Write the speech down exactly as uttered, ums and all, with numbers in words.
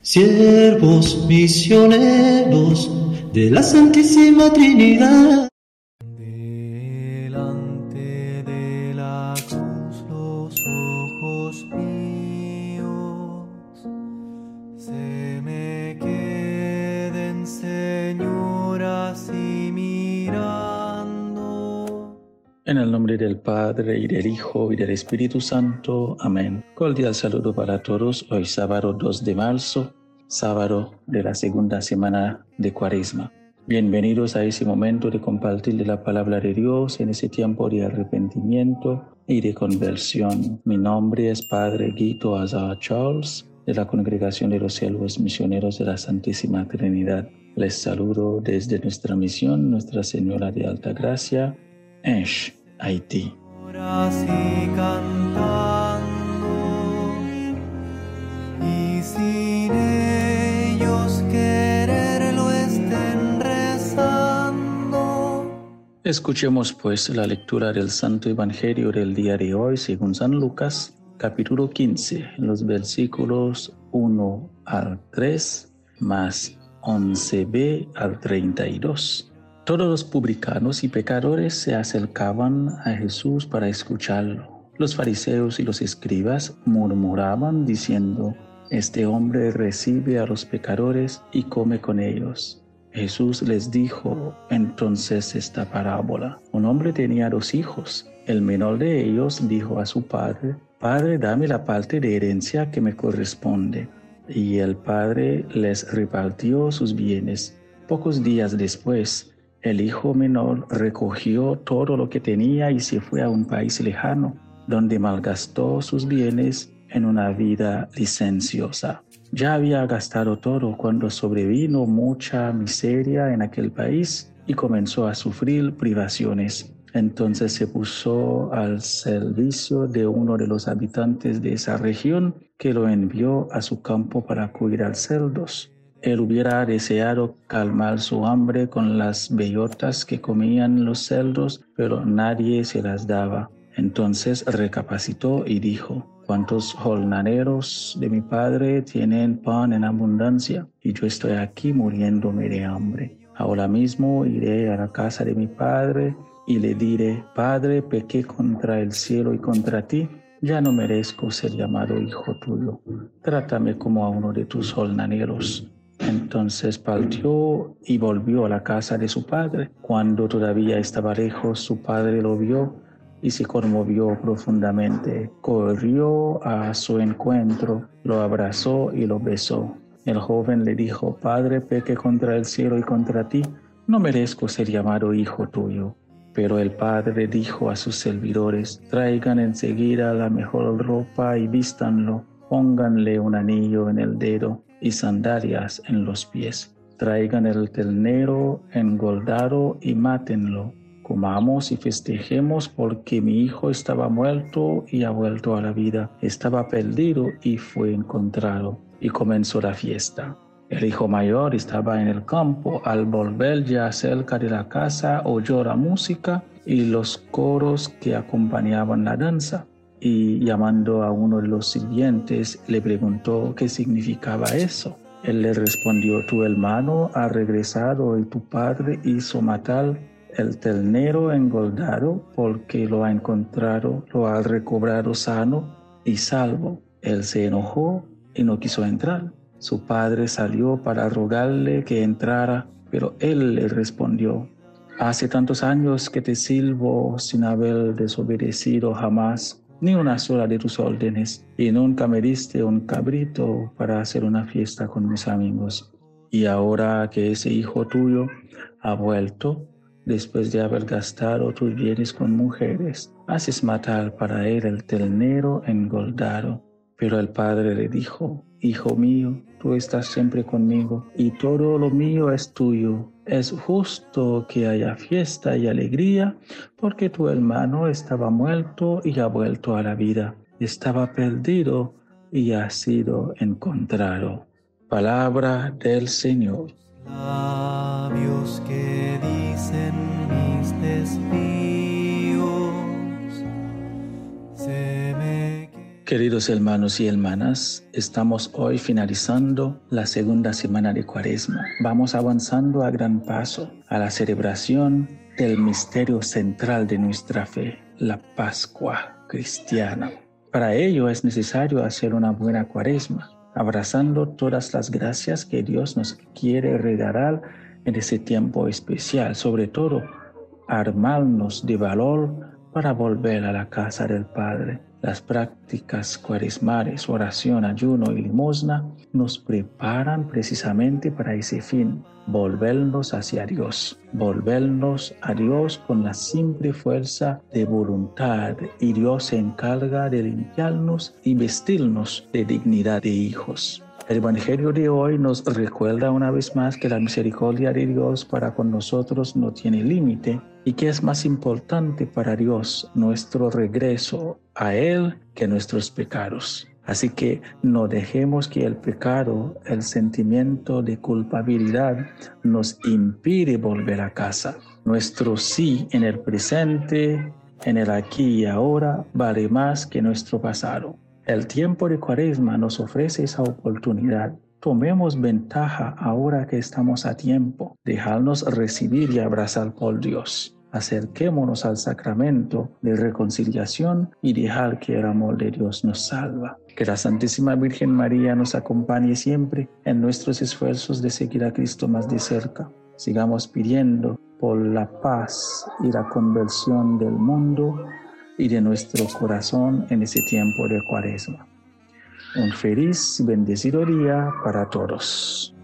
Siervos misioneros de la Santísima Trinidad. Delante de la cruz los ojos míos se me queden, Señor, así mirando. En el nombre del Padre, y del Hijo, y del Espíritu Santo. Amén. Cordial saludo para todos. Hoy sábado dos de marzo, sábado de la segunda semana de Cuaresma. Bienvenidos a ese momento de compartir de la palabra de Dios en ese tiempo de arrepentimiento y de conversión. Mi nombre es Padre Guido Azar Charles, de la Congregación de los Siervos Misioneros de la Santísima Trinidad. Les saludo desde nuestra misión, Nuestra Señora de Alta Gracia, Ensh, Haití. Así cantando, y sin ellos quererlo estén rezando. Escuchemos pues la lectura del Santo Evangelio del día de hoy según San Lucas, capítulo quince, los versículos uno al tres, más once b al treinta y dos. Todos los publicanos y pecadores se acercaban a Jesús para escucharlo. Los fariseos y los escribas murmuraban diciendo: «Este hombre recibe a los pecadores y come con ellos». Jesús les dijo entonces esta parábola. Un hombre tenía dos hijos. El menor de ellos dijo a su padre: «Padre, dame la parte de herencia que me corresponde». Y el padre les repartió sus bienes. Pocos días después, el hijo menor recogió todo lo que tenía y se fue a un país lejano, donde malgastó sus bienes en una vida licenciosa. Ya había gastado todo cuando sobrevino mucha miseria en aquel país y comenzó a sufrir privaciones. Entonces se puso al servicio de uno de los habitantes de esa región, que lo envió a su campo para cuidar cerdos. Él hubiera deseado calmar su hambre con las bellotas que comían los cerdos, pero nadie se las daba. Entonces recapacitó y dijo: «¿Cuántos jornaleros de mi padre tienen pan en abundancia? Y yo estoy aquí muriéndome de hambre. Ahora mismo iré a la casa de mi padre y le diré: Padre, pequé contra el cielo y contra ti. Ya no merezco ser llamado hijo tuyo. Trátame como a uno de tus jornaleros». Entonces partió y volvió a la casa de su padre. Cuando todavía estaba lejos, su padre lo vio y se conmovió profundamente. Corrió a su encuentro, lo abrazó y lo besó. El joven le dijo: «Padre, pequé contra el cielo y contra ti. No merezco ser llamado hijo tuyo». Pero el padre dijo a sus servidores: «Traigan enseguida la mejor ropa y vístanlo. Pónganle un anillo en el dedo y sandalias en los pies. Traigan el ternero engordado y mátenlo. Comamos y festejemos, porque mi hijo estaba muerto y ha vuelto a la vida. Estaba perdido y fue encontrado». Y comenzó la fiesta. El hijo mayor estaba en el campo. Al volver ya cerca de la casa, oyó la música y los coros que acompañaban la danza. Y llamando a uno de los sirvientes, le preguntó qué significaba eso. Él le respondió: «Tu hermano ha regresado y tu padre hizo matar el ternero engordado, porque lo ha encontrado, lo ha recobrado sano y salvo». Él se enojó y no quiso entrar. Su padre salió para rogarle que entrara, pero él le respondió: «Hace tantos años que te sirvo sin haber desobedecido jamás ni una sola de tus órdenes, y nunca me diste un cabrito para hacer una fiesta con mis amigos. Y ahora que ese hijo tuyo ha vuelto, después de haber gastado tus bienes con mujeres, haces matar para él el ternero engordado». Pero el padre le dijo: «Hijo mío, tú estás siempre conmigo y todo lo mío es tuyo. Es justo que haya fiesta y alegría, porque tu hermano estaba muerto y ha vuelto a la vida. Estaba perdido y ha sido encontrado». Palabra del Señor. Labios que dicen mis desvíos se me Queridos hermanos y hermanas, estamos hoy finalizando la segunda semana de Cuaresma. Vamos avanzando a gran paso a la celebración del misterio central de nuestra fe, la Pascua cristiana. Para ello es necesario hacer una buena Cuaresma, abrazando todas las gracias que Dios nos quiere regalar en ese tiempo especial, sobre todo armarnos de valor para volver a la casa del Padre. Las prácticas cuaresmales, oración, ayuno y limosna nos preparan precisamente para ese fin, volvernos hacia Dios, volvernos a Dios con la simple fuerza de voluntad, y Dios se encarga de limpiarnos y vestirnos de dignidad de hijos. El Evangelio de hoy nos recuerda una vez más que la misericordia de Dios para con nosotros no tiene límite y que es más importante para Dios nuestro regreso a Él que nuestros pecados. Así que no dejemos que el pecado, el sentimiento de culpabilidad nos impide volver a casa. Nuestro sí en el presente, en el aquí y ahora, vale más que nuestro pasado. El tiempo de Cuaresma nos ofrece esa oportunidad. Tomemos ventaja ahora que estamos a tiempo, dejarnos recibir y abrazar por Dios. Acerquémonos al sacramento de reconciliación y dejar que el amor de Dios nos salva. Que la Santísima Virgen María nos acompañe siempre en nuestros esfuerzos de seguir a Cristo más de cerca. Sigamos pidiendo por la paz y la conversión del mundo y de nuestro corazón en ese tiempo de Cuaresma. Un feliz y bendecido día para todos.